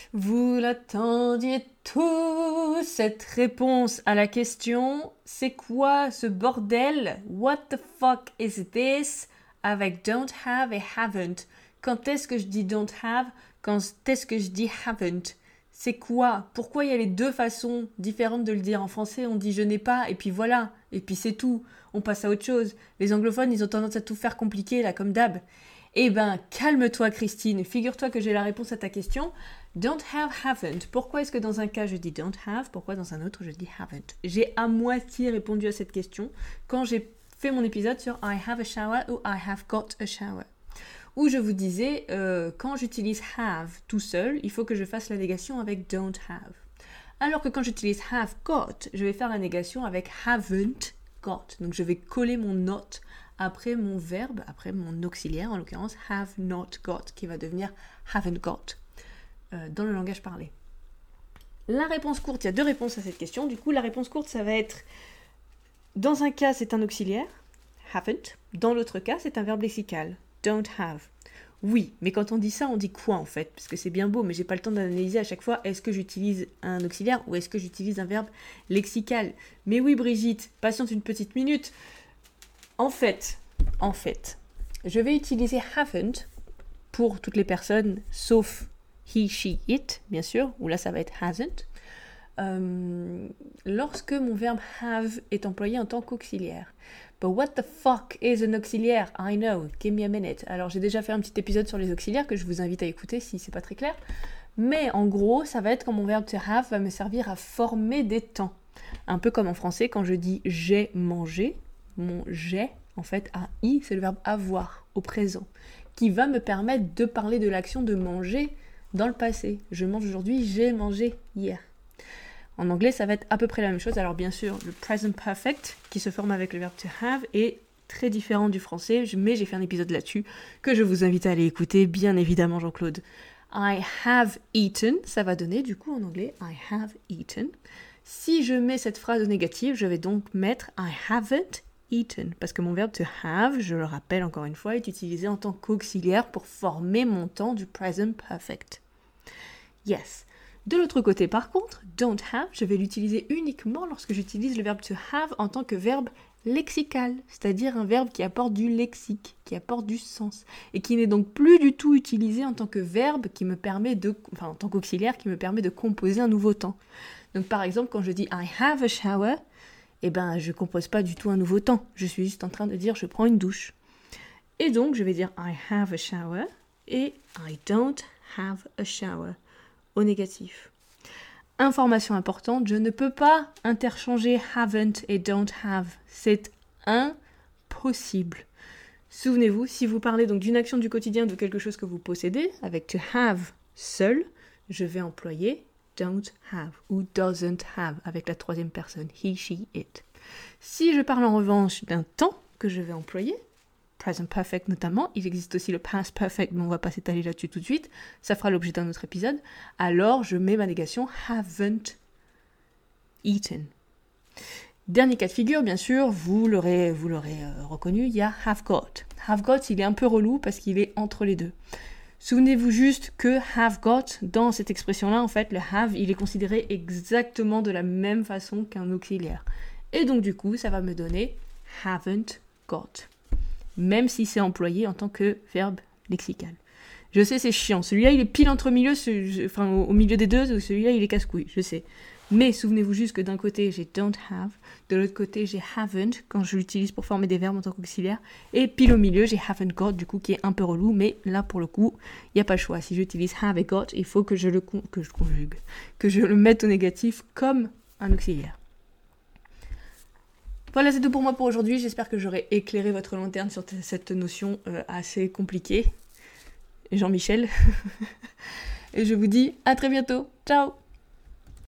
Vous l'attendiez tous, cette réponse à la question « C'est quoi ce bordel? What the fuck is this ?» avec don't have et haven't. Quand est-ce que je dis don't have? Quand est-ce que je dis haven't? C'est quoi? Pourquoi il y a les deux façons différentes de le dire? En français, on dit je n'ai pas, et puis voilà, et puis c'est tout. On passe à autre chose. Les anglophones, ils ont tendance à tout faire compliqué, là, comme d'hab. Eh ben, calme-toi, Christine. Figure-toi que j'ai la réponse à ta question. Don't have, haven't. Pourquoi est-ce que dans un cas, je dis don't have? Pourquoi dans un autre, je dis haven't? J'ai à moitié répondu à cette question quand j'ai fait mon épisode sur I have a shower ou I have got a shower. Où je vous disais, quand j'utilise have tout seul, il faut que je fasse la négation avec don't have. Alors que quand j'utilise have got, je vais faire la négation avec haven't got. Donc je vais coller mon not après mon verbe, après mon auxiliaire, en l'occurrence have not got, qui va devenir haven't got dans le langage parlé. La réponse courte, il y a deux réponses à cette question. Du coup, la réponse courte, ça va être, dans un cas, c'est un auxiliaire, haven't. Dans l'autre cas, c'est un verbe lexical, don't have. Oui, mais quand on dit ça, on dit quoi en fait? Parce que c'est bien beau, mais j'ai pas le temps d'analyser à chaque fois, est-ce que j'utilise un auxiliaire ou est-ce que j'utilise un verbe lexical? Mais oui, Brigitte, patiente une petite minute. En fait, je vais utiliser haven't pour toutes les personnes, sauf he, she, it, bien sûr, où là ça va être hasn't. Lorsque mon verbe have est employé en tant qu'auxiliaire. But what the fuck is an auxiliaire? I know, give me a minute. Alors j'ai déjà fait un petit épisode sur les auxiliaires que je vous invite à écouter si c'est pas très clair. Mais en gros, ça va être quand mon verbe to have va me servir à former des temps. Un peu comme en français, quand je dis j'ai mangé, mon j'ai, en fait, AI, c'est le verbe avoir, au présent, qui va me permettre de parler de l'action de manger dans le passé. Je mange aujourd'hui, j'ai mangé hier. En anglais, ça va être à peu près la même chose. Alors bien sûr, le present perfect, qui se forme avec le verbe to have, est très différent du français, mais j'ai fait un épisode là-dessus que je vous invite à aller écouter, bien évidemment, Jean-Claude. I have eaten, ça va donner du coup en anglais I have eaten. Si je mets cette phrase négative, je vais donc mettre I haven't eaten, parce que mon verbe to have, je le rappelle encore une fois, est utilisé en tant qu'auxiliaire pour former mon temps du present perfect. Yes. De l'autre côté, par contre, don't have, je vais l'utiliser uniquement lorsque j'utilise le verbe to have en tant que verbe lexical, c'est-à-dire un verbe qui apporte du lexique, qui apporte du sens, et qui n'est donc plus du tout utilisé en tant que verbe qui me permet en tant qu'auxiliaire qui me permet de composer un nouveau temps. Donc par exemple, quand je dis I have a shower, eh ben je compose pas du tout un nouveau temps, je suis juste en train de dire je prends une douche. Et donc je vais dire I have a shower et I don't have a shower. Au négatif. Information importante, je ne peux pas interchanger haven't et don't have. C'est impossible. Souvenez-vous, si vous parlez donc d'une action du quotidien, de quelque chose que vous possédez, avec to have seul, je vais employer don't have ou doesn't have avec la troisième personne, he, she, it. Si je parle en revanche d'un temps que je vais employer, present perfect notamment, il existe aussi le past perfect, mais on va pas s'étaler là-dessus tout de suite, ça fera l'objet d'un autre épisode, alors je mets ma négation haven't eaten. Dernier cas de figure, bien sûr, vous l'aurez reconnu, il y a have got. Have got, il est un peu relou parce qu'il est entre les deux. Souvenez-vous juste que have got, dans cette expression-là, en fait, le have, il est considéré exactement de la même façon qu'un auxiliaire. Et donc, du coup, ça va me donner haven't got. Même si c'est employé en tant que verbe lexical. Je sais, c'est chiant. Celui-là, il est pile au milieu des deux, celui-là, il est casse-couille, je sais. Mais souvenez-vous juste que d'un côté, j'ai don't have, de l'autre côté, j'ai haven't, quand je l'utilise pour former des verbes en tant qu'auxiliaire, et pile au milieu, j'ai haven't got, du coup, qui est un peu relou, mais là, pour le coup, il n'y a pas le choix. Si j'utilise have et got, il faut que je le conjugue, que je le mette au négatif comme un auxiliaire. Voilà, c'est tout pour moi pour aujourd'hui. J'espère que j'aurai éclairé votre lanterne sur cette notion assez compliquée. Jean-Michel. Et je vous dis à très bientôt. Ciao!